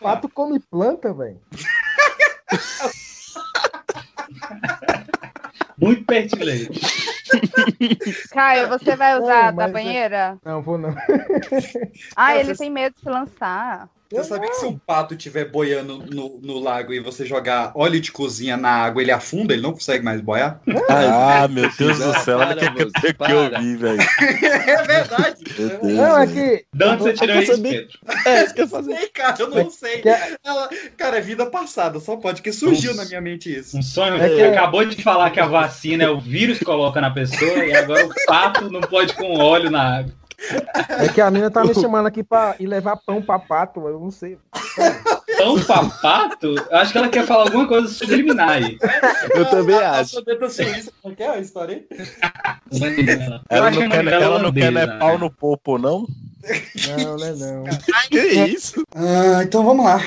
Pato come planta, velho. Muito pertinente. Caio, você vai usar da banheira? Não, vou não. Ele tem medo de se lançar. Você sabia que se um pato estiver boiando no lago e você jogar óleo de cozinha na água, ele afunda, ele não consegue mais boiar? Ah, meu Deus do céu, olha o que eu vi, velho. É verdade. Não, é que... De onde você tirou isso, Pedro? Isso que eu fazia. Sei, cara, eu não sei. Cara, é vida passada, só pode, que surgiu na minha mente isso. Um sonho. Você acabou de falar que a vacina é o vírus que coloca na pessoa e agora o pato não pode com óleo na água. É que a menina tá me chamando aqui pra ir levar pão pra pato, eu não sei. Pão pra pato? Eu acho que ela quer falar alguma coisa subliminar aí. Eu também acho. Como é que é a história aí? Ela não quer pau no popo, não? Não, não é não. Que isso? Então vamos lá.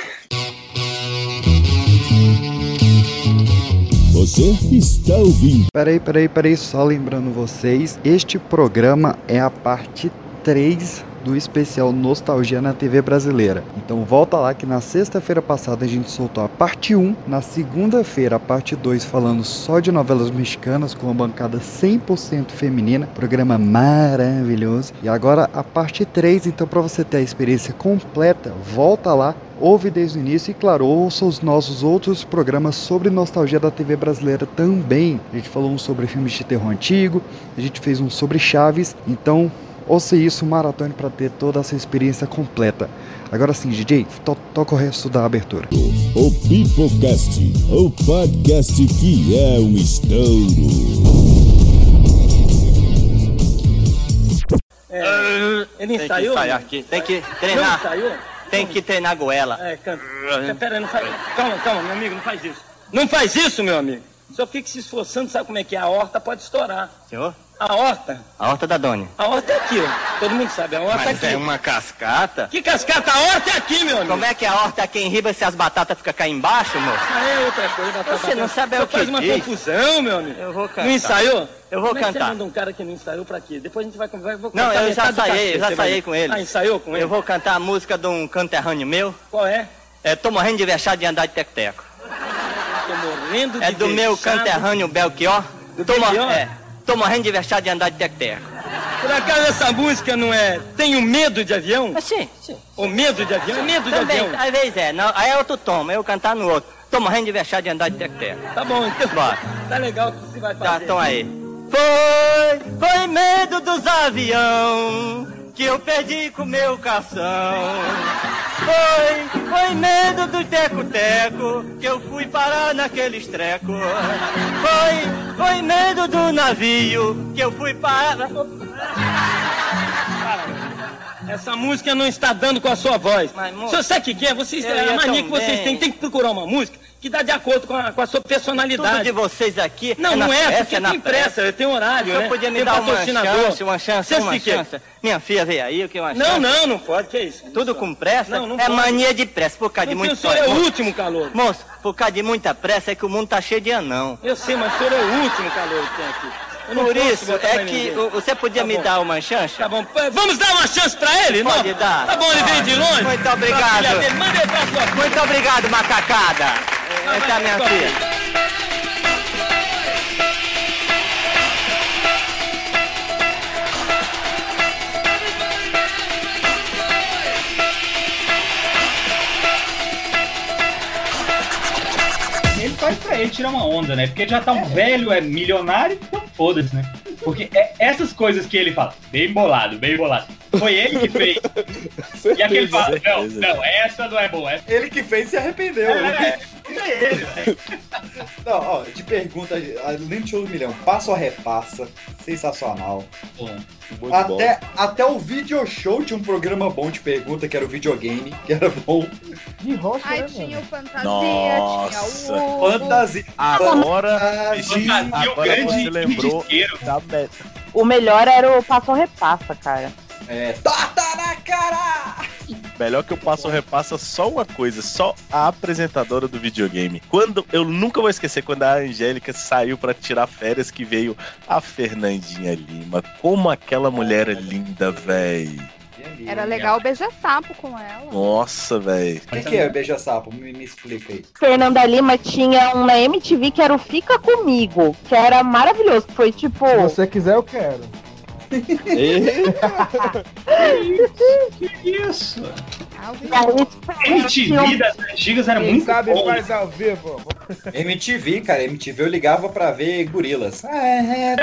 Você está ouvindo. Peraí, só lembrando vocês, este programa é a parte 3 do especial Nostalgia na TV Brasileira. Então volta lá que na sexta-feira passada a gente soltou a parte 1, na segunda-feira a parte 2 falando só de novelas mexicanas com uma bancada 100% feminina, programa maravilhoso. E agora a parte 3, então para você ter a experiência completa, volta lá, ouve desde o início e claro, ouça os nossos outros programas sobre nostalgia da TV brasileira também. A gente falou um sobre filmes de terror antigo, a gente fez um sobre Chaves, então ouça isso, maratone para ter toda essa experiência completa. Agora sim, DJ, toca o resto da abertura. O Pipocast, o podcast que é um estouro. Ele ensaiou? Tem que ensaiar aqui, tem que treinar. Tem que treinar a goela. Canta. Pera aí, não faz... Calma, meu amigo, não faz isso. Não faz isso, meu amigo. Só fica se esforçando, sabe como é que é? A horta pode estourar. Senhor? A horta? A horta da Dona. A horta é aqui, ó. Todo mundo sabe, a horta é aqui. É uma cascata? Que cascata? A horta é aqui, meu amigo. Como é que a horta é aqui em riba se as batatas ficam cá embaixo, moço? É outra coisa. Você não sabe o que faz uma confusão, meu amigo. Eu vou cantar. Não ensaiou? Eu vou cantar. Você manda um cara que não ensaiou pra quê? Depois a gente vai conversar. Não, eu já ensaiei com ele. Ah, ensaiou com ele? Eu vou cantar a música de um conterrâneo meu. Qual é? Tô morrendo de vexado de andar de teco-teco. Tô morrendo de do meu conterrâneo Belchior. Do Belchior? Tô morrendo de vexado de andar de teco-teco. Por acaso essa música não é Tenho Medo de Avião? Sim. O medo de avião? É medo de avião? Às vezes é. Não, aí é outro tom, eu cantar no outro. Tô morrendo de vexado de andar de teco-teco. Tá bom, então. Bora. Tá legal o que você vai fazer. Tá, então aí. Foi medo dos avião que eu perdi com meu cação. Foi medo do teco-teco que eu fui parar naquele estreco. Foi medo do navio que eu fui parar... Essa música não está dando com a sua voz. O senhor sabe o que é? Vocês, a mania que vocês têm que procurar uma música que dá de acordo com a sua personalidade. Tudo de vocês aqui não é, porque tem pressa, eu tenho horário, né? Podia me dar uma chance. Minha filha veio aí, o que uma chance? Não pode, que é isso? Tudo com pressa? Não é mania de pressa, por causa de muito... O senhor é o último calor. Moço, por causa de muita pressa é que o mundo tá cheio de anão. Eu sei, mas o senhor é o último calor que tem aqui. Por isso, é que você podia me dar uma chance? Tá bom, vamos dar uma chance pra ele? Pode dar. Tá bom, ele veio de longe? Muito obrigado. Manda ele pra sua... Muito obrigado, macacada. Essa é a minha filha. Ele faz pra ele tirar uma onda, né? Porque ele já tá um velho, é milionário, então foda-se, né? Porque essas coisas que ele fala, bem bolado, foi ele que fez. E aquele fala, não, essa não é boa. Ele que fez se arrependeu. É ele, velho. Não, ó, de pergunta, além de show do milhão, passa ou repassa, sensacional. Bom. Até o video show tinha um programa bom de pergunta, que era o videogame, que era bom. De rocha, né, tinha o Fantasia, Nossa. tinha o... Fantasia. Agora grande você lembrou da O melhor era o Passo ou Repassa, cara. Torta na cara! Melhor que eu passo ou repassa só uma coisa, só a apresentadora do videogame. Eu nunca vou esquecer quando a Angélica saiu pra tirar férias, que veio a Fernandinha Lima. Como aquela mulher é linda, véi. Era legal beijar sapo com ela. Nossa, velho. O que é beija-sapo? Me explica aí. Fernanda Lima tinha um na MTV que era o Fica Comigo, que era maravilhoso. Foi tipo... Se você quiser, eu quero. Que isso? MTV das antigas era muito sabe bom. faz ao vivo. MTV, cara. MTV eu ligava pra ver gorilas. Ai,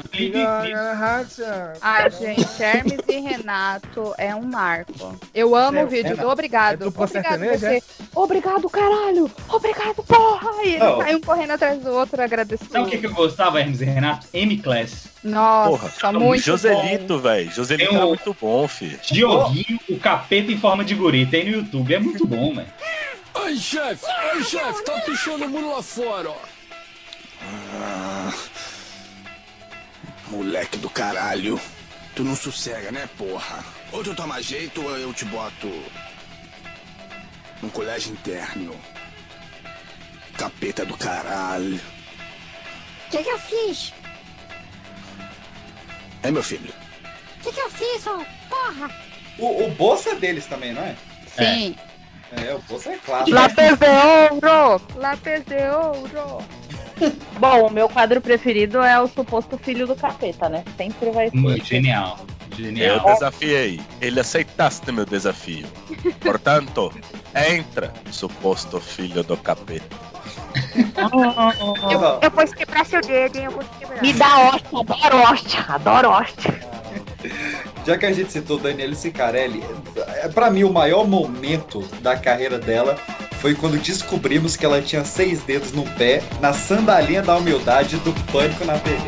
gente, Hermes e Renato é um marco. Eu amo o vídeo do obrigado. Obrigado, você. Obrigado, caralho. Obrigado, porra. E eles saíam correndo atrás do outro agradecendo. Sabe o que eu gostava, Hermes e Renato? M-Class. Nossa, muito Joselito, velho. Joselito era muito bom, filho. Dioguinho, o capeta em forma de guri. Tem no YouTube. É muito bom, velho. Ai, chefe, tá puxando o muro lá fora, ó. Moleque do caralho. Tu não sossega, né, porra? Ou tu toma jeito ou eu te boto um colégio interno. Capeta do caralho. O que eu fiz? É, meu filho? O que eu fiz, ó? Porra! O Bolsa é deles também, não é? Sim. O Bolsa é clássico. Lápis de ouro! Lápis de ouro! Bom, o meu quadro preferido é o suposto filho do capeta, né? Sempre vai ser. Genial. Eu desafiei. Ele aceitaste meu desafio. Portanto, entra, suposto filho do capeta. Eu vou quebrar seu dedo, hein? Eu vou quebrar. Me dá hóstia, adoro hóstia. Já que a gente citou Daniela Sicarelli, pra mim o maior momento da carreira dela foi quando descobrimos que ela tinha 6 dedos no pé na sandalinha da humildade do Pânico na TV.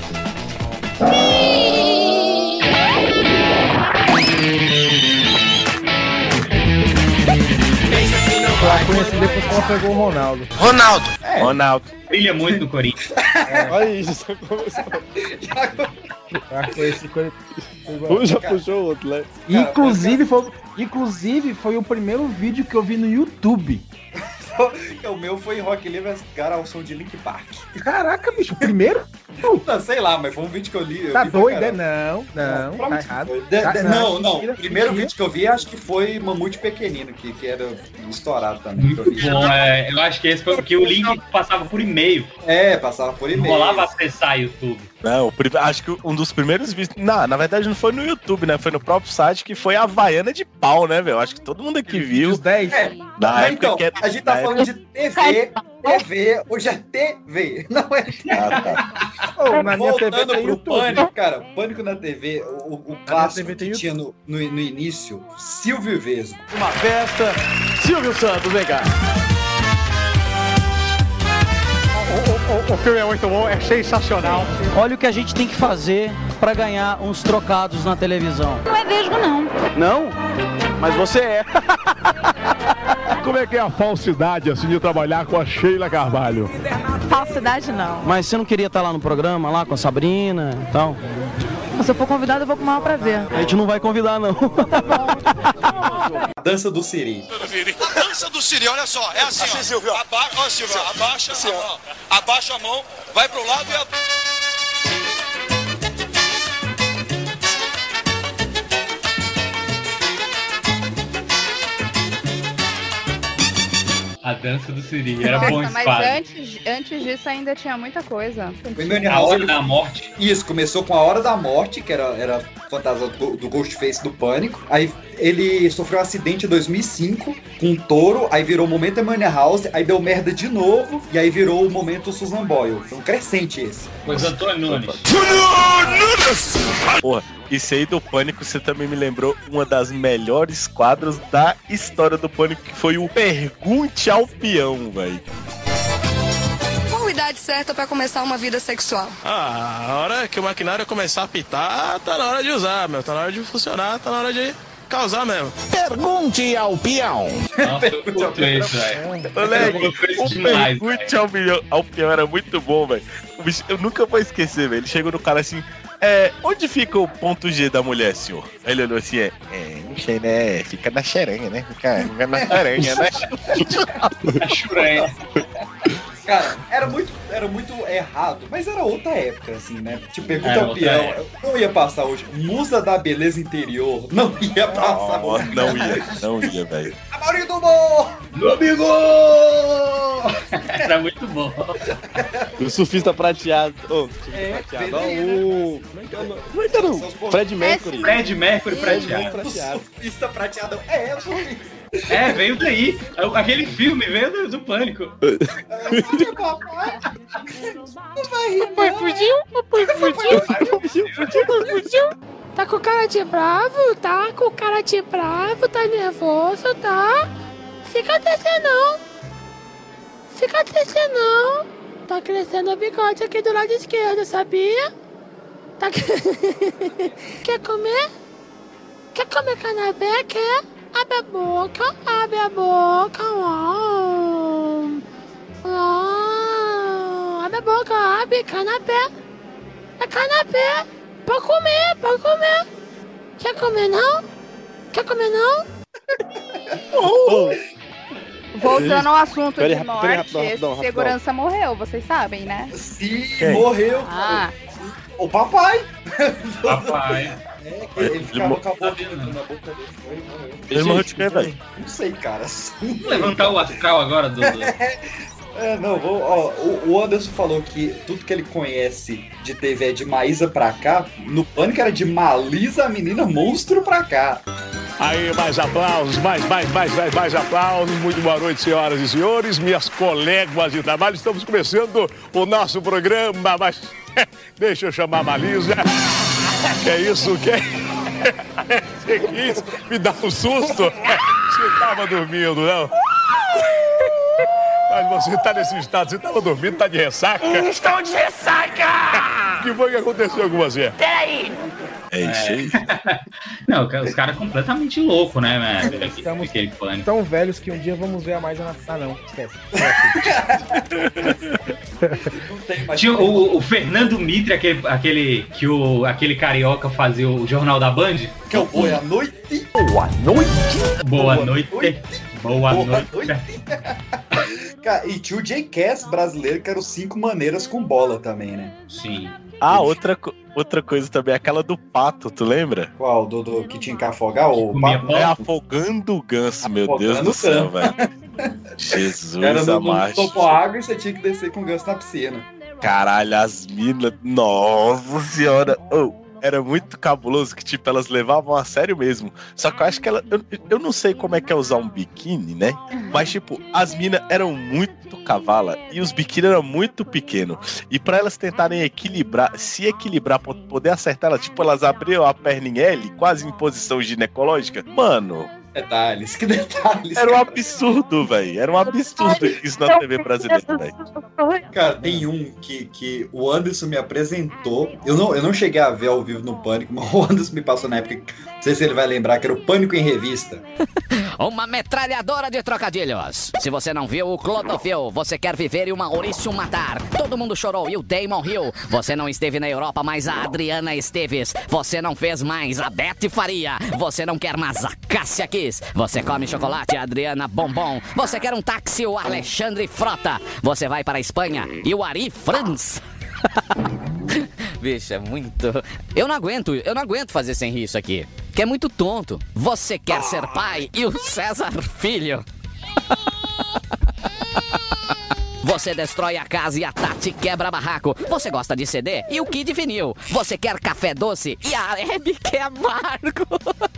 Eu conheci depois que ela pegou o Ronaldo. Ronaldo. Brilha muito no Corinthians. Olha isso. Já puxou o outro, né? Inclusive foi o primeiro vídeo que eu vi no YouTube. O meu foi em Rock Lee vs Gara ao som de Link Park. Caraca, bicho, primeiro? Não, sei lá, mas foi um vídeo que eu li. Tá doido, né? Não, tá errado. Não, o primeiro vídeo que eu vi acho que foi Mamute Pequenino, que era estourado também. Bom, eu acho que esse foi porque o link passava por e-mail. Passava por e-mail. Rolava acessar YouTube. Não, acho que um dos primeiros vídeos. Não, na verdade não foi no YouTube, né? Foi no próprio site, que foi a Havaiana de pau, né, velho? Acho que todo mundo aqui viu. Os 10. Na época então, que a gente tá falando de TV, hoje é TV, não é Na minha TV Voltando tem pro YouTube. Pânico, cara, Pânico na TV, o clássico que tinha no início, Silvio Vesgo. Uma festa, Silvio Santos, vem cá. O filme é muito bom, é sensacional. Olha o que a gente tem que fazer pra ganhar uns trocados na televisão. Não é vesgo, não. Não? Mas você é. Como é que é a falsidade, assim, de trabalhar com a Sheila Carvalho? Falsidade, não. Mas você não queria estar lá no programa, lá com a Sabrina e tal? Se eu for convidado, eu vou com o maior prazer. A gente não vai convidar, não. Dança do Siri. A dança do Siri, olha só, é assim, ó. Silvio. Ó, Silvio, abaixa a mão. Abaixa a mão, vai pro lado e... A dança do Siri, era bom esse Mas quadro. antes disso ainda tinha muita coisa. A Hora da Morte. Isso, começou com A Hora da Morte, que era fantasma do Ghostface do Pânico. Aí ele sofreu um acidente em 2005 com um touro, aí virou o Momento Money House, aí deu merda de novo, e aí virou o Momento Susan Boyle. Foi um crescente esse. Pois Antônio Nunes. Porra, isso aí do Pânico, você também me lembrou uma das melhores quadros da história do Pânico, que foi o Pergunte ao Peão, velho. Qual a idade certa pra começar uma vida sexual? A hora que o maquinário começar a apitar, tá na hora de usar, meu. Tá na hora de funcionar, tá na hora de causar mesmo. Pergunte ao peão. Nossa, eu curto isso, velho. Moleque, o Pergunte ao Peão era muito bom, velho. Eu nunca vou esquecer, velho. Ele chegou no cara assim... onde fica o ponto G da mulher, senhor? Aí ele olhou assim, não sei, né? Fica na xerenha, né? Fica na xerenha, né? A churanha. Cara, era muito errado, mas era outra época, assim, né? Tipo, pergunta ao peão, não ia passar hoje. Musa da beleza interior, não ia passar hoje. Não ia, velho. A maioria do humor! Meu amigo! Era muito bom. O surfista prateado. Prateado. Fred Mercury. Fred Mercury prateado. O surfista prateado. O surfista. Veio daí. Aquele filme veio do Pânico. Papai fugiu. Tá com cara de bravo? Tá com cara de bravo? Tá nervoso? Tá? Fica descendo não. Tá crescendo o bigode aqui do lado esquerdo, sabia? Tá... Quer comer? Quer comer canapé? Quer? Abre a boca. Abre a boca, abre canapé. É canapé. Pode comer. Quer comer não? Voltando ao assunto de morte, segurança morreu, vocês sabem, né? Sim, morreu. O papai. Ele ficava com a boca na boca dele. Ele morreu de quê, velho? Não sei, cara. Vamos levantar o astral agora do... o Anderson falou que tudo que ele conhece de TV é de Maísa pra cá. No Pânico era de Malisa, a menina monstro pra cá. Aí, mais aplausos, mais aplausos. Muito boa noite, senhoras e senhores, minhas colegas de trabalho. Estamos começando o nosso programa, mas deixa eu chamar a Malisa. Que é isso? Que isso? Me dá um susto? Você tava dormindo, não? Mas você tá nesse estado, você tava dormindo, tá de ressaca? Estou de ressaca! O que foi que aconteceu com você? Peraí! É isso aí. Não, os caras completamente loucos, né, velho? Estamos tão velhos que um dia vamos ver a mais na... Ah, não, esquece. Tinha o Fernando Mitre, aquele carioca fazia o Jornal da Band. Que é o Boa Noite. Boa noite. Cara, e tinha o J-Cass brasileiro, que era os 5 maneiras com bola também, né? Sim. Ah, outra coisa também, aquela do pato, tu lembra? Qual? Do que tinha que afogar o pato? É afogando o ganso, meu Deus do céu, velho. Jesus amado. Você topou água e você tinha que descer com o ganso na piscina. Caralho, as minas, nossa senhora. Era muito cabuloso que, tipo, elas levavam a sério mesmo. Só que eu acho que eu não sei como é que é usar um biquíni, né? Mas, tipo, as minas eram muito cavala e os biquíni eram muito pequenos. E pra elas tentarem se equilibrar pra poder acertar ela, tipo, elas abriam a perna em L, quase em posição ginecológica. Mano... Que detalhes. Era um absurdo, velho. Era um absurdo isso na TV brasileira, velho. Cara, tem um que o Anderson me apresentou. Eu não cheguei a ver ao vivo no Pânico, mas o Anderson me passou na época. Não sei se ele vai lembrar, que era o Pânico em Revista. Uma metralhadora de trocadilhos. Se você não viu o Clodovil, você quer viver e o Maurício matar. Todo mundo chorou e o Damon riu. Você não esteve na Europa, mas a Adriana Esteves. Você não fez mais a Beth Faria. Você não quer mais a Cássia Kiss. Você come chocolate, a Adriana Bombom. Você quer um táxi, o Alexandre Frota. Você vai para a Espanha e o Ari Franz. Bicho, é muito... Eu não aguento fazer sem rir isso aqui. Que é muito tonto. Você quer ser pai e o César Filho. Você destrói a casa e a Tati quebra barraco. Você gosta de CD e o Kid Vinil. Você quer café doce e a Hebe quer amargo.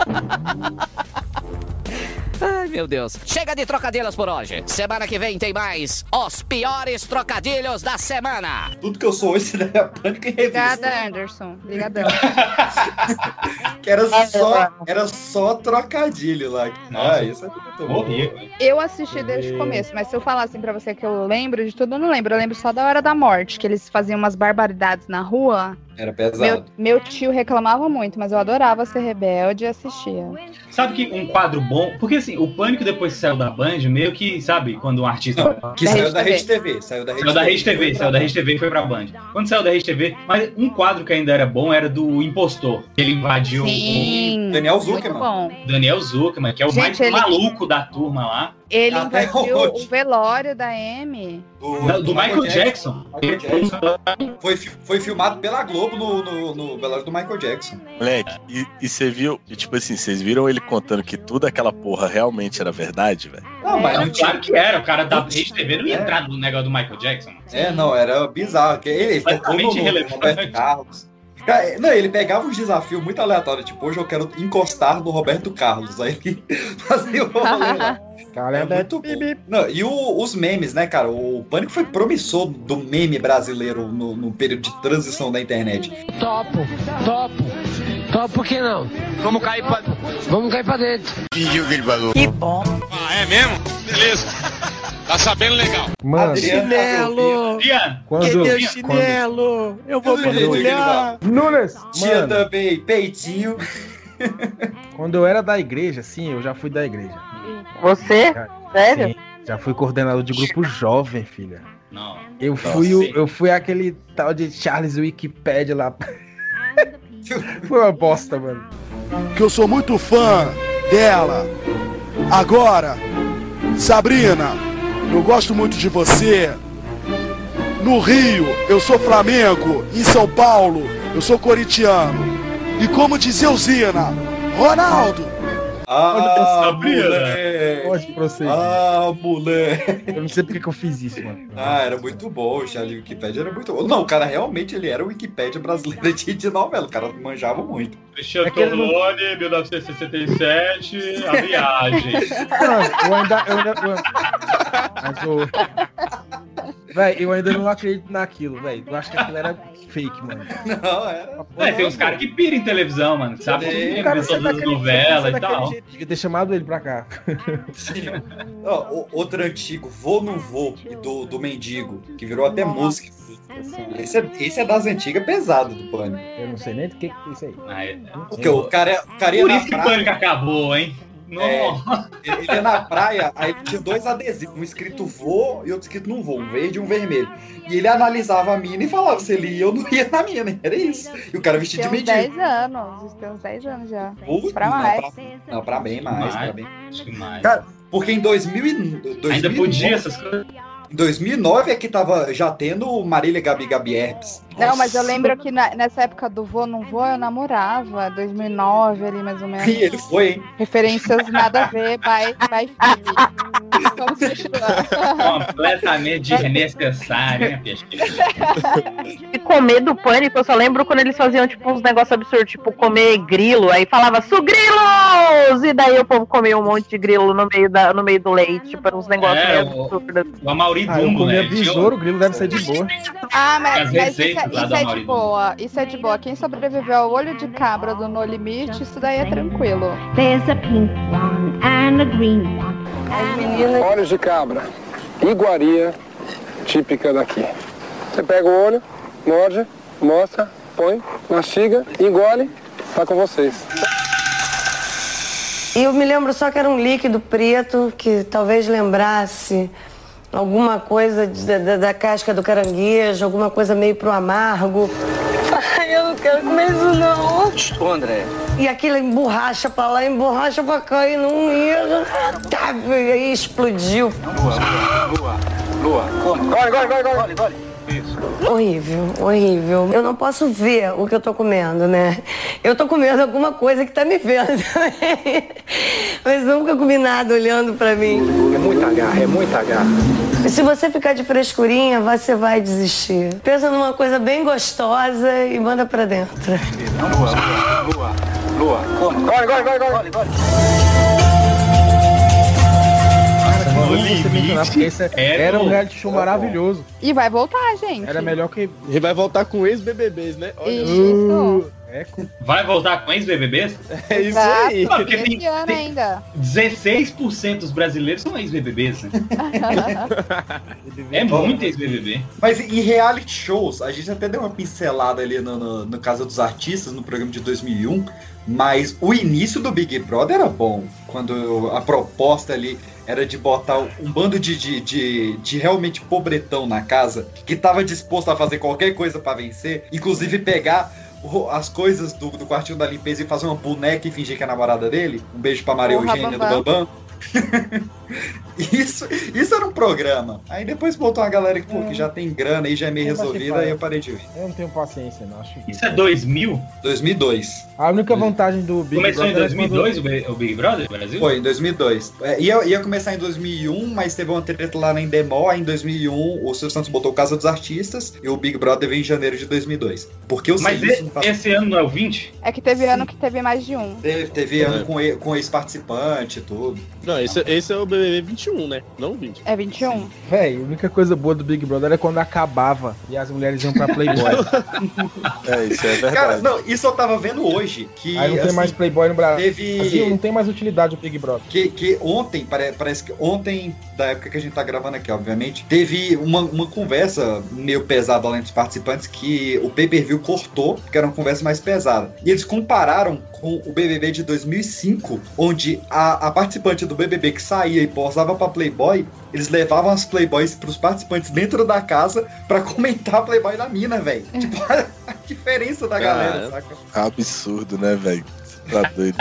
Ai, meu Deus. Chega de trocadilhos por hoje. Semana que vem tem mais os piores trocadilhos da semana. Tudo que eu sou hoje é Pânico em Revista. Obrigada, Anderson. Obrigadão. Que era só trocadilho lá. Nossa, isso é muito bom. Eu assisti desde o começo, mas se eu falar assim pra você que eu lembro de tudo, eu não lembro. Eu lembro só da Hora da Morte, que eles faziam umas barbaridades na rua. Era pesado. Meu tio reclamava muito, mas eu adorava ser rebelde e assistia. Sabe que um quadro bom... Porque assim, o Pânico depois que saiu da Band, meio que, sabe, quando um artista... Que saiu da Rede TV. Saiu da Rede TV e foi pra Band. Quando saiu da Rede TV, mas um quadro que ainda era bom era do Impostor. Ele invadiu Sim. Daniel Zuckerman. Daniel Zuckerman, que é o mais maluco da turma lá. Ele invadiu o velório da Amy. Do Michael Jackson. Foi filmado pela Globo no velório do Michael Jackson. Moleque, e você viu, tipo assim, vocês viram ele contando que tudo aquela porra realmente era verdade, velho? Não, mas não, claro que era. O cara da Rede TV não ia entrar no negócio do Michael Jackson. Não, era bizarro. Ele tocou no Roberto Carlos. Não, ele pegava uns desafios muito aleatórios, tipo, hoje eu quero encostar no Roberto Carlos. Aí ele fazia o rolê lá. Cara, muito bom. Não, e os memes, né, cara? O Pânico foi promissor do meme brasileiro no período de transição da internet. Topo, por que não? Vamos cair pra dentro. Fingiu que ele falou. Que bom. Ah, é mesmo? Beleza. Tá sabendo legal. Mano, chinelo! Cadê o chinelo? Eu vou mergulhar! Nunes! Tinha também peitinho. Quando eu era da igreja, sim, eu já fui da igreja. Você? Sério? Sim, já fui coordenador de grupo jovem, filha. Não. Eu fui aquele tal de Charles Wikipedia lá. Foi uma bosta, mano. Que eu sou muito fã dela. Agora, Sabrina, eu gosto muito de você. No Rio, eu sou Flamengo. Em São Paulo, eu sou corintiano. E como dizia o Zina, Ronaldo. Moleque. Pode prosseguir. Moleque. Eu não sei porque que eu fiz isso, mano. Era muito bom. O Charlie Wikipedia era muito bom. Não, o cara realmente ele era o Wikipedia brasileiro de novela. O cara manjava muito. Cristiano Torlone, 1967, A Viagem. Eu ainda não acredito naquilo, velho. Eu acho que aquilo era fake, mano. Não, era. Tem uns caras que piram em televisão, mano. Sabe? Que todas as novelas e tal. Devia ter chamado ele pra cá. Sim. Outro antigo, Vou Não Vou, do Mendigo, que virou até música. Esse é das antigas, pesado do Pânico. Eu não sei nem do que é isso aí. Porque o cara ia por isso que o Pânico acabou, hein? Ele ia na praia, aí tinha 2 adesivos, um escrito vou e outro escrito não vou, um verde e um vermelho. E ele analisava a mina e falava se ele ia ou não ia na mina, era isso. E o cara vestido de mendigo. Tem uns 10 anos já. Pra mais. Não, pra bem mais. Acho que mais. Cara, porque em 2009... Ainda podia essas coisas. Em 2009 é que tava já tendo Marília Gabi Herpes. Não, mas eu lembro que nessa época do Vou Não Vou eu namorava, 2009 ali mais ou menos. E ele foi, hein? Referências nada a ver, by Phoebe. Vamos continuar. Completamente desnecessário, né, Peixe? E comer do Pânico, eu só lembro quando eles faziam tipo uns negócios absurdos, tipo comer grilo, aí falava sugrilos! E daí o povo comia um monte de grilo no meio do leite, tipo, uns negócios meio absurdos. O Amaury Dumbo, eu comia besouro, o grilo deve ser de boa. Mas isso é de boa. Isso é de boa. Quem sobreviveu ao olho de cabra do No Limite, isso daí é tranquilo. There's a pink one and a green one. Olhos de cabra, iguaria típica daqui. Você pega o olho, morde, mostra, põe, mastiga, engole, tá com vocês. E eu me lembro só que era um líquido preto que talvez lembrasse alguma coisa da casca do caranguejo, alguma coisa meio pro amargo. Ai, eu não quero comer isso não. Ô, André. E aquilo emborracha pra lá, emborracha pra cá e não ia. Tá, e aí explodiu. Lua. Gole. Isso. Horrível. Eu não posso ver o que eu tô comendo, né? Eu tô comendo alguma coisa que tá me vendo também. Mas nunca comi nada olhando pra mim. É muita garra. E se você ficar de frescurinha, você vai desistir. Pensa numa coisa bem gostosa e manda pra dentro. Lua. Gole. Era um reality show maravilhoso. E vai voltar, gente. Era melhor que... Ele vai voltar com ex-BBBs, né? Olha isso. Vai voltar com ex-BBBs? É isso aí. Não, porque tem ainda. 16% dos brasileiros são ex-BBBs, né? É muito ex-BBB. Mas em reality shows, a gente até deu uma pincelada ali no Casa dos Artistas, no programa de 2001, mas o início do Big Brother era bom. Quando a proposta ali era de botar um bando de realmente pobretão na casa, que tava disposto a fazer qualquer coisa pra vencer, inclusive pegar as coisas do quartinho da limpeza e fazer uma boneca e fingir que é a namorada dele. Um beijo pra Maria Eugênia do Bambam. Isso era um programa. Aí depois botou uma galera que, que já tem grana e já é meio resolvida, aí eu parei de ver. Eu não tenho paciência, não. Acho que... Isso é 2000? 2002. A única vantagem do Big Brother... Começou em 2002 o Big Brother Brasil? Foi, em 2002. Ia começar em 2001, mas teve uma treta lá na Endemol. Aí em 2001 o Silvio Santos botou Casa dos Artistas e o Big Brother veio em janeiro de 2002. Porque eu mas esse ano não é o 20? É que teve ano que teve mais de um. Teve ano com ex-participante e tudo. Não, esse é o BBB 21, né? Não 20. É 21. Véi, a única coisa boa do Big Brother é quando acabava e as mulheres iam pra Playboy. Isso é verdade. Cara, não, isso eu tava vendo hoje. Que, aí não tem mais Playboy no Brasil. Teve... Assim, não tem mais utilidade o Big Brother. Que ontem, parece que ontem, da época que a gente tá gravando aqui, obviamente, teve uma conversa meio pesada lá entre os participantes que o pay-per-view cortou, porque era uma conversa mais pesada. E eles compararam com o BBB de 2005, onde a participante do BBB que saía e posava pra Playboy, eles levavam as Playboys pros participantes dentro da casa pra comentar a Playboy da mina, velho. Tipo, a diferença da galera, saca? Absurdo, né, velho? Tá doido.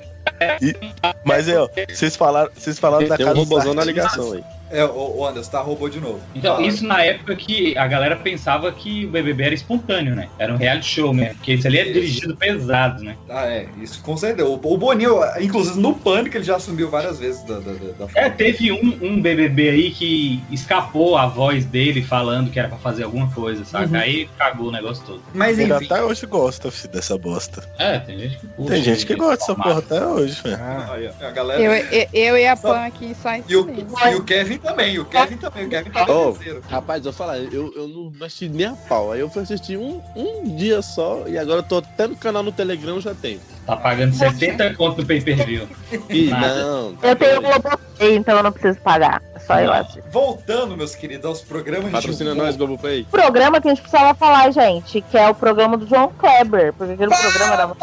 Mas ó, vocês falaram da casa. Tem um robôzão na ligação aí. O Anderson tá roubou de novo. Então, isso na época que a galera pensava que o BBB era espontâneo, né? Era um reality show mesmo, porque isso ali é dirigido pesado, né? Isso com certeza. O Boninho, inclusive no Pânico, ele já assumiu várias vezes da teve um BBB aí que escapou a voz dele falando que era pra fazer alguma coisa, saca? Aí cagou o negócio todo. Mas enfim. Até hoje gosta, filho, dessa bosta. Tem gente que curte. Tem gente que gosta dessa porra até hoje, velho. A galera... eu e a Pan aqui só e o Kevin também, o Kevin tá terceiro. Rapaz, eu vou falar, eu não assisti nem a pau. Aí eu fui assistir um dia só e agora eu tô até no canal no Telegram, já tenho. Tá pagando 70 conto no pay-per-view. Não. Eu tenho o Globoplay, então eu não preciso pagar. Só eu acho. Voltando, meus queridos, aos programas Patrocina nós, Globoplay. O programa que a gente precisava falar, gente, que é o programa do João Kleber. Porque aquele programa era...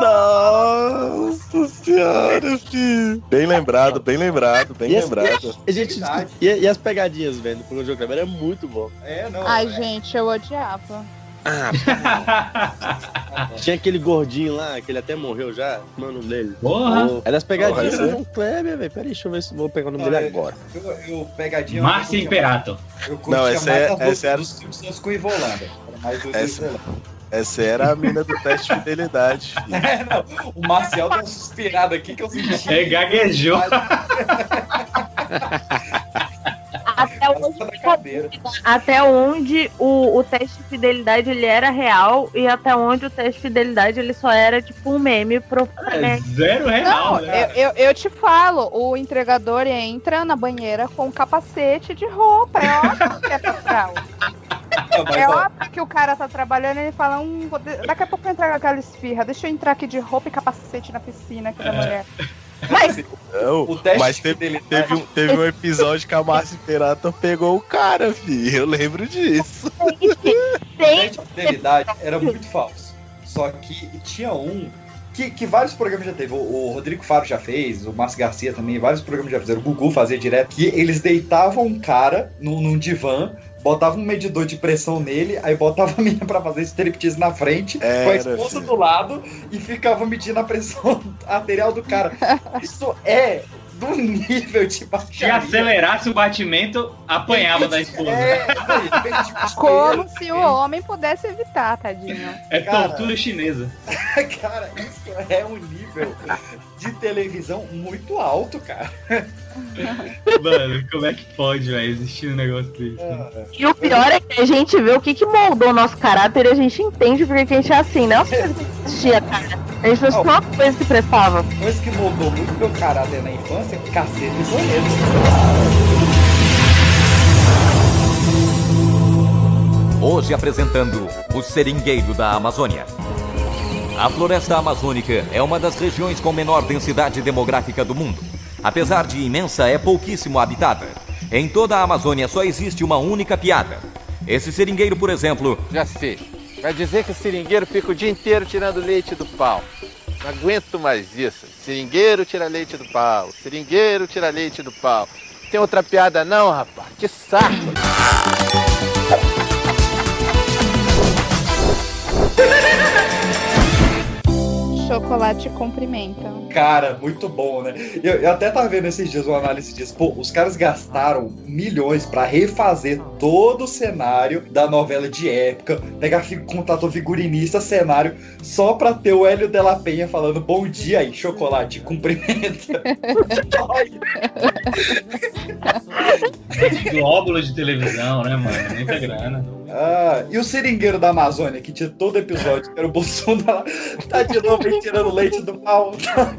Nossa senhora, filho. Bem lembrado. E as pegadinhas, velho, do programa do João Kleber era muito bom. Gente, eu odiava. Tinha aquele gordinho lá, que ele até morreu já, mano dele. Porra! Era as pegadinhas do João Kleber, velho. Peraí, deixa eu ver se vou pegar o nome dele agora. Pegadinha. Márcio Imperator. Não, essa era dos Simpsons com o Ivolanda. Essa era a mina do teste de fidelidade. Não, o Marcial deu uma suspirada aqui que eu senti. Gaguejou. Até onde o teste de fidelidade ele era real e até onde o teste de fidelidade ele só era tipo um meme pro zero real. Não, né? eu te falo, o entregador entra na banheira com capacete de roupa, é óbvio que é real. É óbvio que o cara tá trabalhando e ele fala, daqui a pouco eu entrar com aquela esfirra, deixa eu entrar aqui de roupa e capacete na piscina aqui da mulher. Mas teve um episódio que a Márcia Imperator pegou o cara, filho. Eu lembro disso. O teste de fidelidade era muito falso. Só que tinha um que vários programas já teve. O Rodrigo Faro já fez, o Márcio Garcia também, vários programas já fizeram. O Gugu fazia direto. Que eles deitavam um cara num divã, botava um medidor de pressão nele, aí botava a menina pra fazer striptease na frente, com a esposa do lado, e ficava medindo a pressão arterial do cara. Isso é do nível de baixaria. Se acelerasse o batimento, apanhava da esposa. Como se o homem pudesse evitar, tadinho. Tortura chinesa. Cara, isso é um nível de televisão muito alto, cara. Mano, como é que pode, velho, existir um negócio desse? E o pior é que a gente vê o que moldou o nosso caráter e a gente entende porque que a gente é assim, não é que existia, cara. A gente fez uma coisa que prestava. Coisa que moldou muito meu caráter na infância, cacete e bonito. Hoje apresentando o Seringueiro da Amazônia. A floresta amazônica é uma das regiões com menor densidade demográfica do mundo. Apesar de imensa, é pouquíssimo habitada. Em toda a Amazônia só existe uma única piada. Esse seringueiro, por exemplo... Já sei. Vai dizer que o seringueiro fica o dia inteiro tirando leite do pau. Não aguento mais isso. Seringueiro tira leite do pau. Seringueiro tira leite do pau. Tem outra piada não, rapaz? Que saco! chocolate com pimenta. Cara, muito bom, né? Eu até tava vendo esses dias uma análise disso. Pô, os caras gastaram milhões pra refazer todo o cenário da novela de época, pegar contratou figurinista, cenário, só pra ter o Hélio de la Penha falando bom dia aí, chocolate com pimenta. Glóbulos de televisão, né, mano? Muita grana. E o seringueiro da Amazônia, que tinha todo episódio, que era o Bolsonaro, tá de novo aí tirando leite do pau.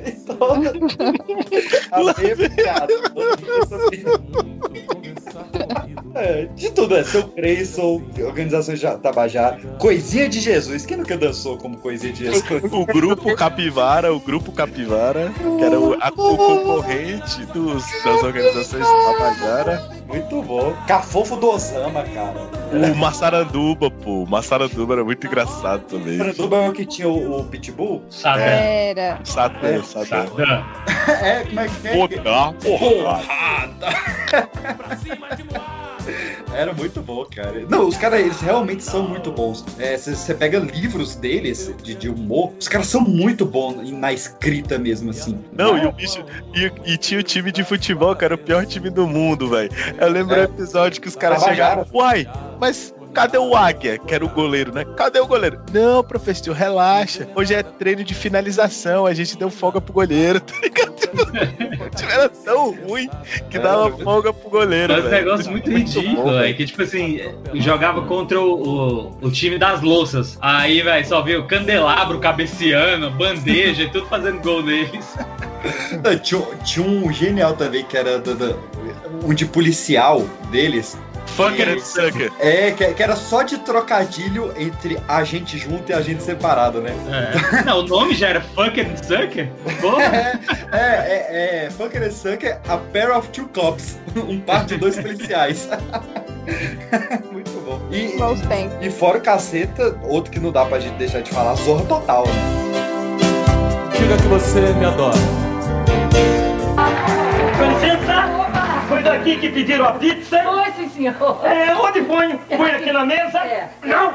De tudo, seu Creyson, Organização Tabajara, Coisinha de Jesus. Quem nunca dançou como Coisinha de Jesus? O Grupo Capivara, que era o concorrente das organizações Tabajara. Muito bom. Cafofo do Osama, cara. O Massaranduba, pô. O Massaranduba era muito engraçado também. O Massaranduba é o que tinha o Pitbull? Satã. Era. Satã. Como é que é? Porrada. Era muito bom, cara. Não, os caras, eles realmente são muito bons. Você pega livros deles, de humor, os caras são muito bons na escrita mesmo, assim. Não, e o bicho... E tinha o time de futebol, que era o pior time do mundo, velho. Eu lembro do episódio que os caras chegaram... Uai, mas... Cadê o Águia, que era o goleiro, né? Cadê o goleiro? Não, professor, relaxa. Hoje é treino de finalização, a gente deu folga pro goleiro, tá ligado? O time era tão ruim que dava folga pro goleiro, velho. Um negócio muito ridículo, velho. Que, tipo assim, jogava contra o time das louças. Aí, velho, só viu candelabro, cabeceando, bandeja e tudo fazendo gol neles. Tinha um genial também, que era um de policial deles. Fucker and Sucker. Que era só de trocadilho entre a gente junto e a gente separado, né? Não, o nome já era Fucker and Sucker? Fucker and Sucker, a pair of two cops. Um par de dois policiais. Muito bom. E fora o caceta, outro que não dá pra gente deixar de falar, Zorra Total, né? Diga que você me adora. Com licença! Foi daqui que pediram a pizza? Foi, sim, senhor. Onde põe? Põe aqui na mesa? Não!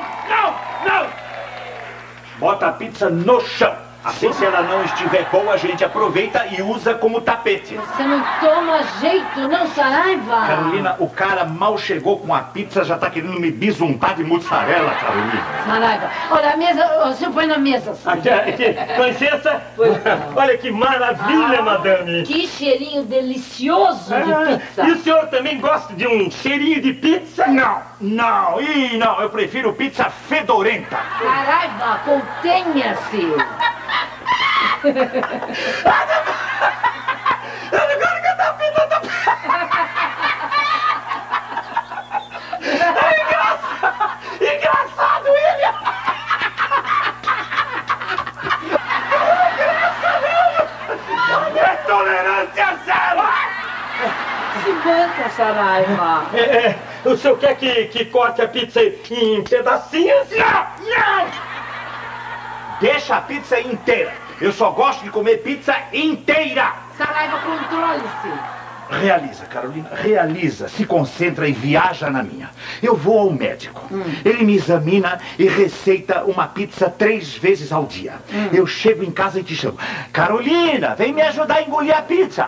Bota a pizza no chão. Assim, se ela não estiver boa, a gente aproveita e usa como tapete. Você não toma jeito, não, Saraiva? Carolina, o cara mal chegou com a pizza, já tá querendo me bisuntar de mussarela, Carolina. Saraiva, olha a mesa, o senhor põe na mesa. Aqui, com licença. Olha que maravilha, madame. Que cheirinho delicioso de pizza. E o senhor também gosta de um cheirinho de pizza? Não, eu prefiro pizza fedorenta. Saraiva, contenha-se. Eu não quero cantar a pizza da... Engraçado, William! Tolerância zero! Se banca, Saraiva. O senhor quer que corte a pizza em pedacinhos? Não! Deixa a pizza inteira. Eu só gosto de comer pizza inteira. Saraiva, controle-se. Realiza, Carolina, realiza. Se concentra e viaja na minha. Eu vou ao médico. Ele me examina e receita uma pizza 3 vezes ao dia. Eu chego em casa e te chamo. Carolina, vem me ajudar a engolir a pizza.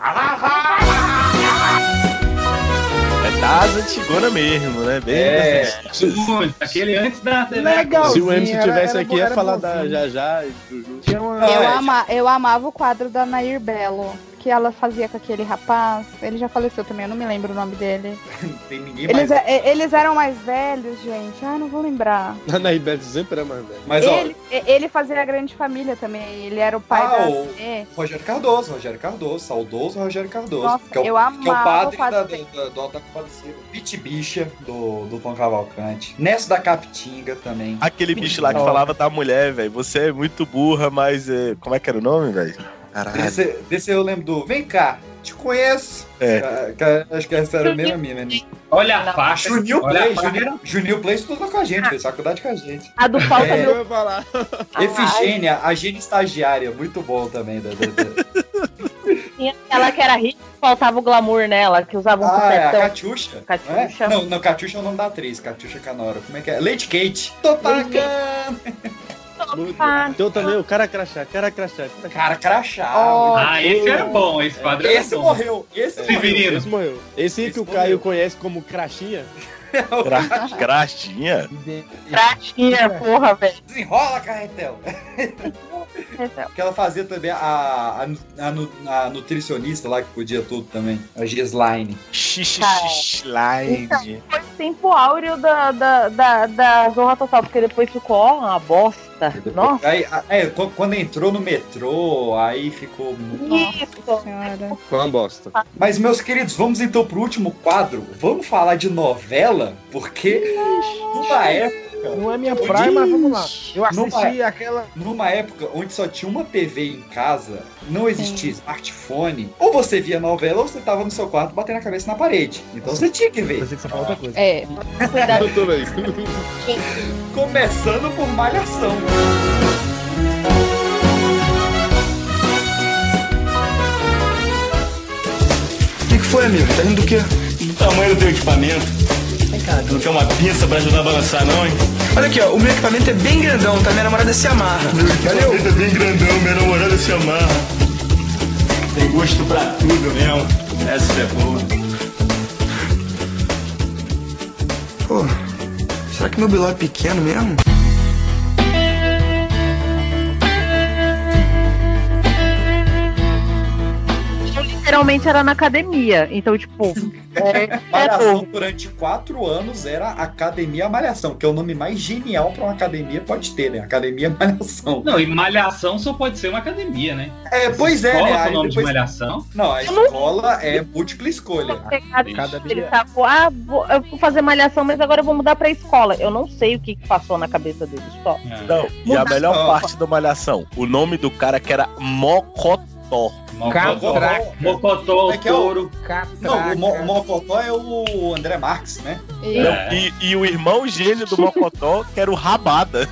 É das antigonas mesmo, né? Bem aquele antes da... Legal. Se o MC tivesse aqui, ia falar da Jajá e do Juju. Eu amava o quadro da Nair Belo, que ela fazia com aquele rapaz. Ele já faleceu também, eu não me lembro o nome dele. Tem ninguém eles eram mais velhos, gente. Não vou lembrar. A Nair Belo sempre era mais velho. Mas, ele fazia a Grande Família também. Ele era o pai Rogério Cardoso, saudoso Rogério Cardoso. Nossa, eu amava o padre do Alto da Compadecida. Pit Bicha, do Tom Cavalcante. Nesso da Capitinga também. Aquele bicho lá que falava da mulher, velho. Você é muito burra, mas... Como é que era o nome, velho? Desse eu lembro do... Vem cá, te conheço. Acho que essa era a mesma mina. Olha a faixa. Juninho Play estudou com a gente, fez faculdade com a gente. A do Falta eu ia falar. Efigênia, a Gênia Estagiária. Muito bom também. Ela que era rica, faltava o glamour nela, que usava um cupetão. A Catiuxa. Não, Catiuxa é o nome da atriz. Catiuxa Canora. Como é que é? Lady Kate. Tô pagando. Então também o cara crachá. Cara crachá. Esse era bom, esse quadro era bom. Morreu. Esse morreu. Esse que o Caio conhece como crachinha. Crachinha? Crachinha, porra, velho. Desenrola, Carretel. Que ela fazia também a nutricionista lá, que podia tudo também. A Gislaine. Gislaine. Foi o tempo áureo da Zorra Total, porque depois ficou uma bosta. Nossa. Aí, quando entrou no metrô, aí ficou... Isso. Foi uma bosta. Mas, meus queridos, vamos então pro último quadro. Vamos falar de novela, porque numa época... Não é minha praia, mas vamos lá. Eu assisti aquela... Numa época onde só tinha uma TV em casa, não existia smartphone, ou você via novela ou você tava no seu quarto batendo a cabeça na parede. Então você tinha que ver. Eu sei que você fala outra coisa. Eu também. Começando por Malhação. O que foi, amigo? Tá rindo do quê? Do tamanho do teu equipamento. Vem cá, tu não quer uma pinça pra ajudar a balançar, não, hein? Olha aqui, ó, o meu equipamento é bem grandão, tá? Minha namorada se amarra. Meu equipamento é bem grandão, minha namorada se amarra. Tem gosto pra tudo mesmo. Essa é boa. Pô, será que meu biló é pequeno mesmo? Literalmente era na academia. Então, tipo... Malhação durante 4 anos era Academia Malhação, que é o nome mais genial pra uma academia pode ter, né? Academia Malhação. Não, e Malhação só pode ser uma academia, né? Pois é, né? Com o nome de Malhação? Não, a escola é múltupla escolha. Ele tá, eu vou fazer Malhação, mas agora eu vou mudar pra escola. Eu não sei o que passou na cabeça dele só. Não, e a melhor parte do Malhação, o nome do cara que era Mocotó. Mocotó, o touro. Não, o Mocotó é o André Marques, né? E o irmão gênio do Mocotó, que era o Rabada.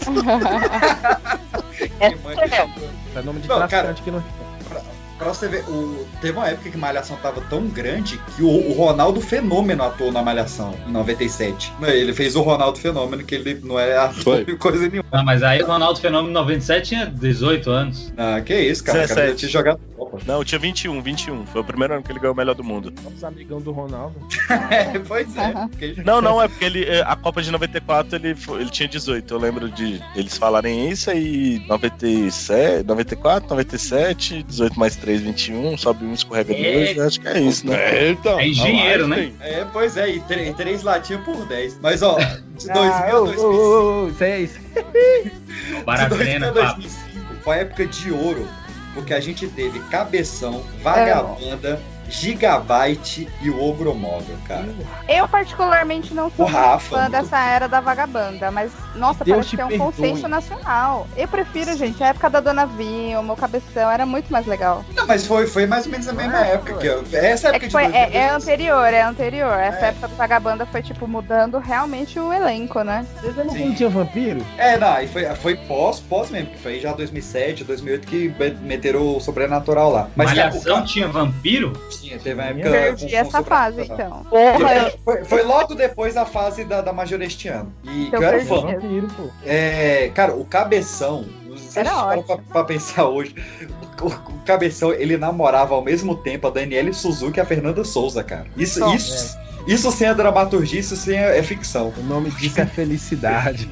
É nome de traficante que não... Pra você ver, teve uma época que Malhação tava tão grande que o Ronaldo Fenômeno atuou na Malhação, em 97. Ele fez o Ronaldo Fenômeno, que ele não é ator de coisa nenhuma. Ah, mas aí o Ronaldo Fenômeno em 97 tinha 18 anos. Ah, que isso, cara. 17. Cara, eu tinha jogado Copa. Não, tinha 21. Foi o primeiro ano que ele ganhou o melhor do mundo. Os amigão do Ronaldo. Pois é. Não, é porque a Copa de 94 ele tinha 18. Eu lembro de eles falarem isso aí, 97, 94, 97, 18 mais 3, 21, sobe um, escorrega 2, acho que é isso, né? Então, é engenheiro, né? Pois é, e 3 latinhas por 10. Mas, ó, de 2000 a 2005... Isso é isso. De 2000 a 2005 foi a época de ouro, porque a gente teve Cabeção, Vagabanda, Gigabyte e o Ogromóvel, cara. Eu particularmente não sou fã dessa era da Vagabanda, mas, nossa, parece que é um consenso nacional. Eu prefiro, gente, a época da Dona Vilma, o Cabeção, era muito mais legal. Não, mas foi mais ou menos a mesma época. Essa época é anterior. Essa época da Vagabanda foi, tipo, mudando realmente o elenco, né? Não tinha vampiro? Não, e foi pós mesmo, que foi já 2007, 2008 que meteram o Sobrenatural lá. Mas Malhação tinha vampiro? Teve uma época... Perdi essa fase, então. Foi logo depois da fase da Majorestiano. E que eu era fã. Cara, o Cabeção... Era ótimo. Pra pensar hoje... O Cabeção, ele namorava ao mesmo tempo a Daniele Suzuki e a Fernanda Souza, cara. Isso sem a dramaturgia, isso sem é ficção. O nome disso é felicidade.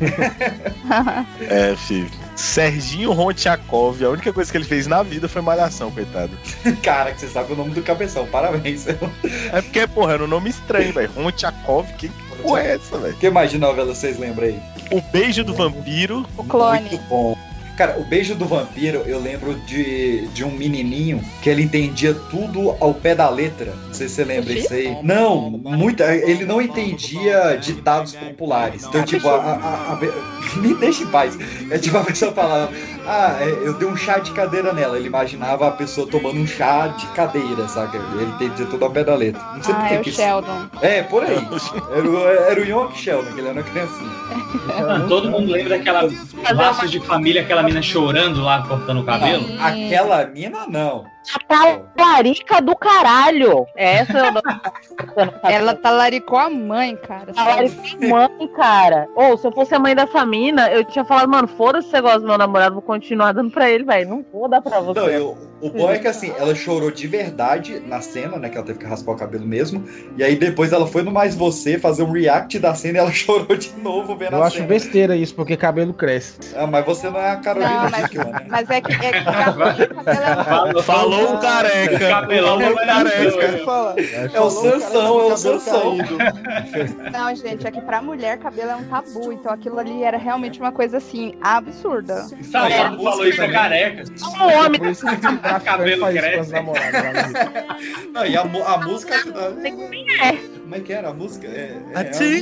Filho. Serginho Rontiakov, a única coisa que ele fez na vida foi Malhação, coitado. Cara, que você sabe o nome do Cabeção, parabéns. É porque, porra, era um nome estranho, velho. Rontiakov, que porra é essa, velho? Que mais de novela vocês lembram aí? O Beijo do Vampiro. O Clone. Muito bom. Cara, o Beijo do Vampiro, eu lembro de um menininho que ele entendia tudo ao pé da letra. Não sei se você lembra isso aí. Não, ele não entendia ditados populares. Então, tipo, me deixa em paz. É tipo, a pessoa falava, eu dei um chá de cadeira nela. Ele imaginava a pessoa tomando um chá de cadeira, saca? Ele entendia tudo ao pé da letra. Não sei por que o Sheldon. Por aí. Era o Young Sheldon, que ele era uma criancinha. Todo mundo lembra daquela Laços de Família, aquela mina chorando lá, cortando o cabelo? Não, aquela mina não. A talarica do caralho. Essa eu não... Ela talaricou a mãe, cara. Talaricou a mãe, cara. Ou se eu fosse a mãe dessa mina, eu tinha falado, mano, foda-se você gosta do meu namorado, vou continuar dando pra ele, velho. Não vou dar pra você. Não, o bom é que assim, ela chorou de verdade na cena, né? Que ela teve que raspar o cabelo mesmo. E aí depois ela foi no Mais Você fazer um react da cena e ela chorou de novo vendo a cena. Eu acho besteira isso, porque cabelo cresce. Ah, mas você não é a Carolina Dickman, né? Mas é que cabelo Falou o careca. Cabelão não vai careca. É o Sansão, é o Sansão. Não, gente, é que pra mulher cabelo é um tabu. Então aquilo ali era realmente uma coisa assim, absurda. Sabe, falou isso, é careca. Um homem cabelo cresce. Não, e a música. Como é que era a música? A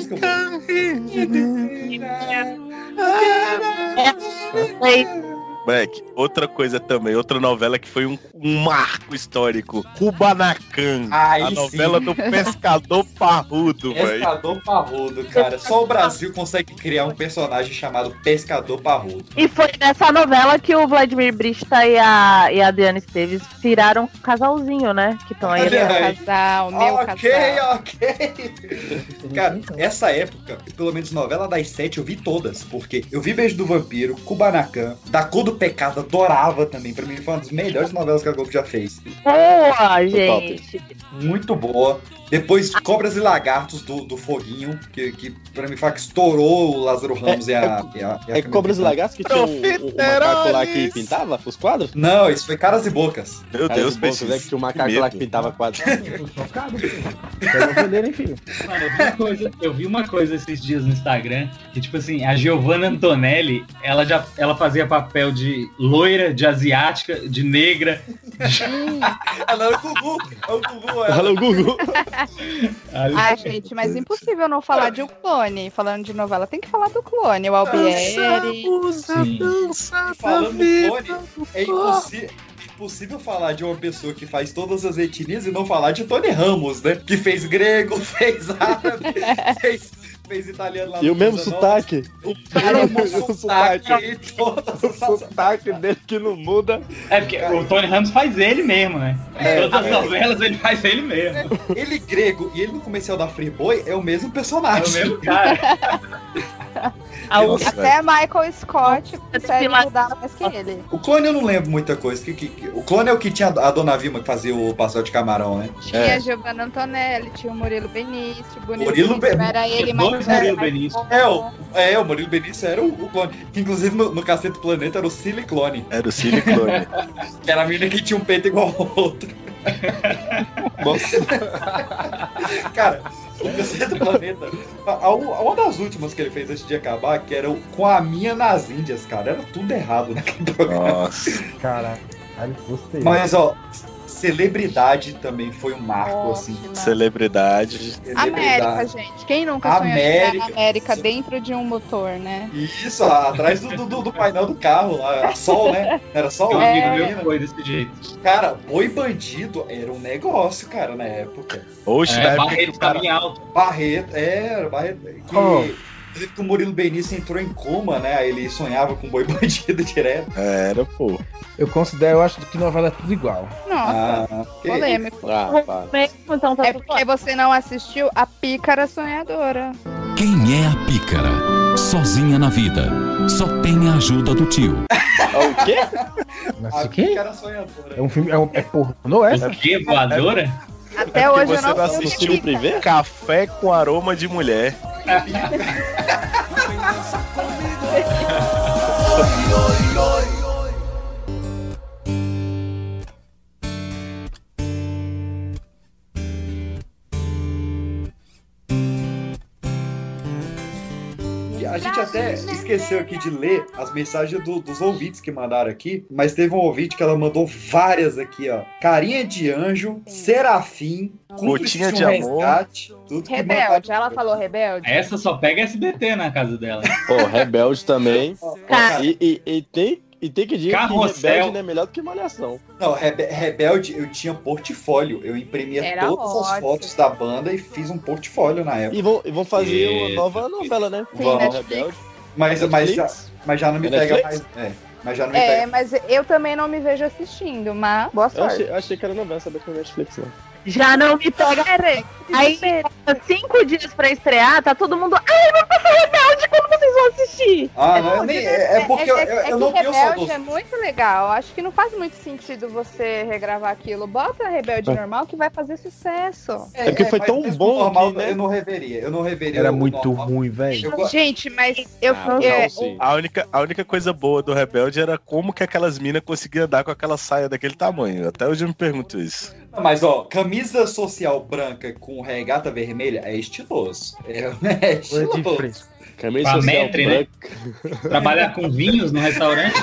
música. Moleque, outra coisa também, outra novela que foi um marco histórico, Kubanacan, a novela do Pescador Parrudo, velho. Pescador Parrudo, cara. Só o Brasil consegue criar um personagem chamado Pescador Parrudo. E foi nessa novela que o Vladimir Brista e a Adriana Esteves viraram um casalzinho, né? Que estão aí. Meu casal. Ok. Cara, essa época, pelo menos novela das 7, eu vi todas, porque eu vi Beijo do Vampiro, Kubanacan, Da Cor do Pecado, adorava também. Pra mim foi uma das melhores novelas que a Globo já fez. Boa, gente! Muito boa. Depois Cobras e Lagartos do Foguinho, que pra mim foi que estourou o Lázaro Ramos e a Cobras e Lagartos que tinha o macaco lá que pintava os quadros? Não, isso foi Caras e Bocas. Meu Deus, Bocas, é que tinha um macaco lá que pintava quadros. Mano, eu vi uma coisa esses dias no Instagram, que tipo assim, a Giovanna Antonelli, ela fazia papel de loira, de asiática, de negra. Ela é o Gugu. Ela é o Gugu. Ai, gente, mas impossível não falar de O Clone. Falando de novela, tem que falar do Clone. O Albieri. Falando do Clone, é impossível falar de uma pessoa que faz todas as etnias e não falar de Tony Ramos, né? Que fez grego, fez árabe, fez italiano lá. E o mesmo sotaque. O sotaque dele que não muda. É porque o Tony Ramos faz ele mesmo, né? Todas as novelas ele faz ele mesmo. Ele grego e ele no comercial da Friboi é o mesmo personagem. É o mesmo cara. Nossa, até Michael Scott consegue mudar mais que ele. O Clone eu não lembro muita coisa. O Clone é o que tinha a Dona Vilma que fazia o pastel de camarão, né? Tinha a Giovanna Antonelli, tinha o Murilo Benício. Murilo Benício era ele mais velho. O Murilo Benício era o Clone. Que inclusive no Cacete do Planeta era o Silly Clone. Era o Silly Clone. Que era a menina que tinha um peito igual ao outro. Nossa. Cara, o Cacete do Planeta, uma das últimas que ele fez antes de acabar, que era com a minha nas Índias, cara. Era tudo errado naquele programa. Nossa. Caralho, gostei. Mas, ó, Celebridade também foi um marco, assim. Celebridade. América, gente. Quem nunca sonhou chegar na América dentro de um motor, né? Isso, atrás do painel do carro, lá, a Sol, né? Era Sol? Foi desse jeito. Cara, Boi Bandido era um negócio, cara, na época. Oxe, Barreto tá bem alto. Barreto. Que o Murilo Benício entrou em coma, né? Aí ele sonhava com Boi Bandido direto. Era, pô. Eu acho que novela é tudo igual. Nossa, polêmico. É porque você não assistiu A Pícara Sonhadora. Quem é a pícara? Sozinha na vida. Só tem a ajuda do tio. O quê? A Pícara Sonhadora. É um filme, é pornô essa? O quê? Voadora? Até hoje eu não assistiu o privê? Café com aroma de mulher. A gente até esqueceu aqui de ler as mensagens dos ouvintes que mandaram aqui, mas teve um ouvinte que ela mandou várias aqui, ó. Carinha de Anjo, Serafim, Gotinha de Amor, Resgate, tudo que Rebelde, ela falou Rebelde. Essa só pega SBT na casa dela. Pô, Rebelde também. E tem que dizer que Rebelde não é melhor do que Malhação. Não, Rebelde eu tinha portfólio. Eu imprimia todas as fotos da banda e fiz um portfólio na época. E vão fazer uma nova novela, né? Rebelde. Mas já não me pega mais. Mas já não me pega. Mas eu também não me vejo assistindo, mas boa sorte. Eu achei que era novela, sabia que era Netflix, não. Já não me pega. Aí, 5 dias pra estrear, tá todo mundo. Ai, vai passar Rebelde, como vocês vão assistir? Porque eu não tenho Rebelde é muito legal. Acho que não faz muito sentido você regravar aquilo. Bota Rebelde normal que vai fazer sucesso. É porque foi tão bom normal, que, né? Eu não reveria. Era muito ruim, velho. Gente, mas eu A única coisa boa do Rebelde era como que aquelas minas conseguiam andar com aquela saia daquele tamanho. Até hoje eu me pergunto isso. Mas, ó, camisa social branca com regata vermelha é estiloso. É estiloso. Camisa social Metri, branca. né? Trabalhar com vinhos no restaurante?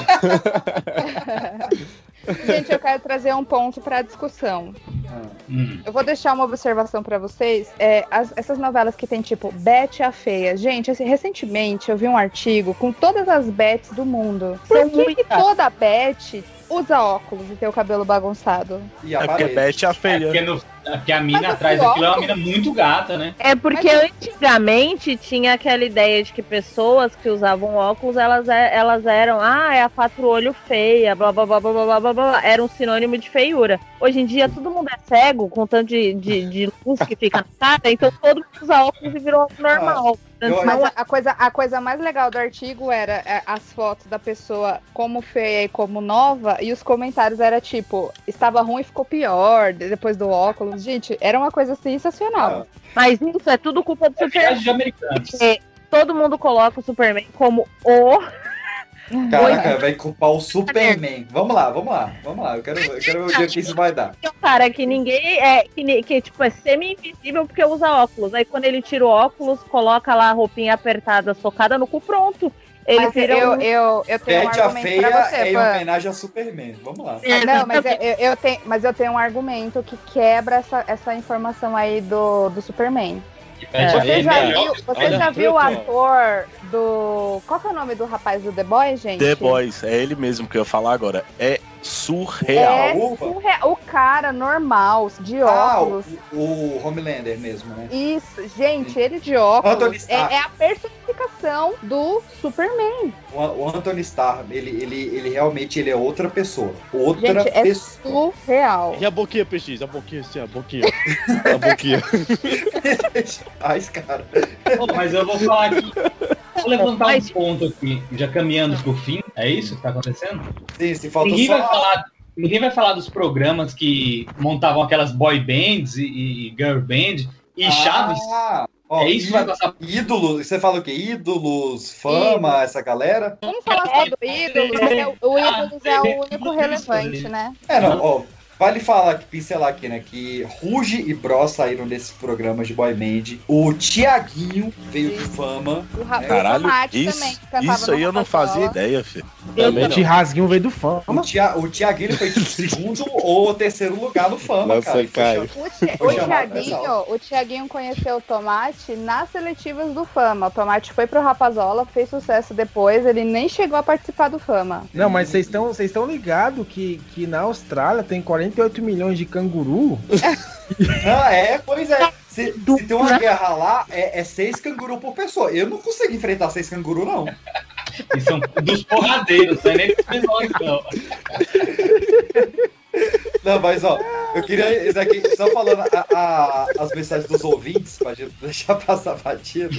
Gente, eu quero trazer um ponto para a discussão. Eu vou deixar uma observação para vocês. Essas novelas que tem tipo Betty a Feia. Gente, assim, recentemente eu vi um artigo com todas as Beths do mundo. Por que toda Betty usa óculos e tem o cabelo bagunçado? É porque Betty a Feia. Porque a mina atrás daquilo é uma mina muito gata, né? É porque antigamente tinha aquela ideia de que pessoas que usavam óculos, elas eram, é a quatro olho feia, blá blá blá blá blá blá blá, era um sinônimo de feiura. Hoje em dia todo mundo é cego, com tanto de luz que fica na cara, então todo mundo usa óculos e virou normal. Mas a coisa mais legal do artigo era as fotos da pessoa como feia e como nova, e os comentários era tipo, estava ruim e ficou pior depois do óculos. Gente, era uma coisa sensacional. Mas isso é tudo culpa do Superman. De americanos. Todo mundo coloca o Superman como o... Caraca, vai culpar o Superman. Vamos lá. Eu quero ver o dia que isso vai dar. Cara, que ninguém que tipo, é semi-invisível porque usa óculos. Aí quando ele tira o óculos, coloca lá a roupinha apertada, socada no cu, pronto. Ele vira eu tenho Betty um a argumento Feia pra você, é em homenagem a Superman. Vamos lá. Mas eu tenho um argumento que quebra essa informação aí do Superman. Você já viu o ator do... Qual que é o nome do rapaz do The Boys, gente? The Boys, é ele mesmo que eu ia falar agora. É surreal. O cara normal, de óculos. O Homelander mesmo, né? Isso, gente, ele de óculos é a personificação do Superman. O Anthony Starr, ele realmente é outra pessoa. Gente, é surreal. E a boquinha, PX? A boquinha, assim, a boquinha. A boquinha. Ai, cara. Mas eu vou falar aqui. Vou levantar um ponto aqui, já caminhando pro fim. É isso que tá acontecendo? Sim, se falta Ninguém vai falar dos programas que montavam aquelas boy bands e girl band e Chaves. É isso que vai passar. Ídolos, você fala o quê? Ídolos, fama, essa galera? Vamos falar só do Ídolos, o Ídolos é o único relevante, né? Vale pincelar aqui, né, que Ruge e Bro saíram desses programas de boy band. O Tiaguinho veio de fama. Caralho, isso aí eu não fazia ideia, filho. O Rasguinho veio do Fama. O Tiaguinho foi de segundo ou terceiro lugar no Fama, cara. O Tiaguinho conheceu o Tomate nas seletivas do Fama. O Tomate foi pro Rapazola, fez sucesso depois, ele nem chegou a participar do Fama. Não, mas vocês estão ligados que na Austrália tem 48 milhões de canguru? Pois é. Se tem uma guerra lá, é 6 canguru por pessoa. Eu não consigo enfrentar 6 canguru, não. E são dos porradeiros, não é nem dos menores, não. Não, mas eu queria isso aqui, só falando as mensagens dos ouvintes, pra gente deixar passar batido.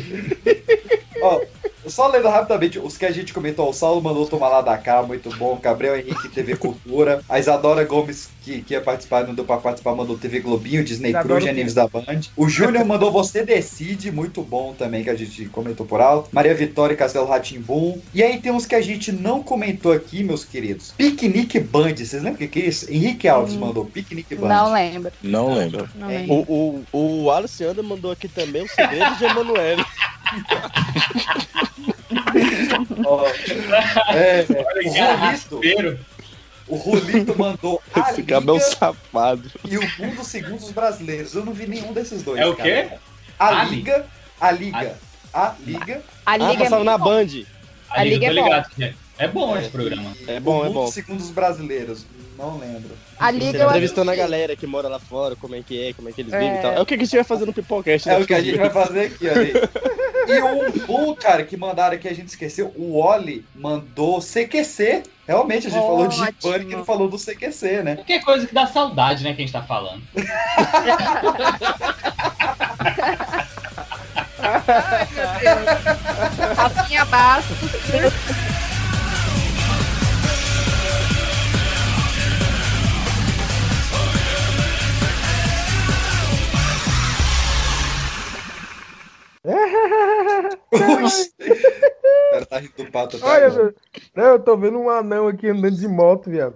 Só lendo rapidamente os que a gente comentou, o Saulo mandou tomar lá da cá, muito bom. Gabriel Henrique, TV Cultura. A Isadora Gomes, que ia participar, não deu pra participar, mandou TV Globinho, Disney Cruz, Animes da Band. O Júnior mandou Você Decide, muito bom também, que a gente comentou por alto. Maria Vitória e Castelo Rá-Tim-Bum. E aí tem uns que a gente não comentou aqui, meus queridos. Piquenique Band, vocês lembram o que é isso? Henrique Alves mandou Piquenique Band. Não lembro. O Alice Anda mandou aqui também o Segredo de Emanuele. O Rolito mandou a Liga cabelo safado. E o Mundo Segundo os Brasileiros. Eu não vi nenhum desses dois. É o quê? A Liga. A Liga passava na Band. A Liga é ligado. É bom esse programa. É bom. Mundo Segundo os Brasileiros. Não lembro. A Liga entrevistando a galera que mora lá fora, como é que eles vivem e tal. É o que a gente vai fazer no Pipocast. É o que a gente vai fazer aqui, olha aí. E o cara que mandaram aqui, a gente esqueceu, o Oli mandou CQC. Realmente, a gente falou de Pânico e não falou do CQC, né? Qualquer coisa que dá saudade, né, que a gente tá falando. Ai, meu Deus. Rafinha Bastos. O cara tá rindo do pato. Olha, velho. Não, eu tô vendo um anão aqui andando de moto, viado.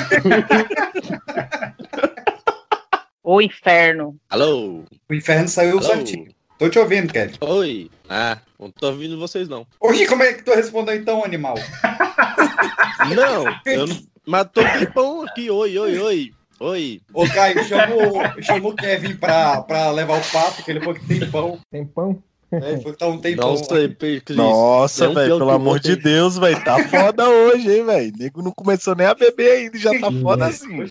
O inferno. Alô? O inferno saiu certinho. Tô te ouvindo, Kevin. Oi. Ah, não tô ouvindo vocês, não. Oxi, como é que tu respondeu então, animal? Não, eu não... Mas tô tempão aqui. Oi. Oi. Ô, Caio, chama o Kevin pra levar o pato, que ele falou que tem pão. Tem pão? É, foi tá um tempão. Nossa, velho, pelo amor de Deus, velho, tá foda hoje, hein, velho. Nego não começou nem a beber ainda e já tá foda assim.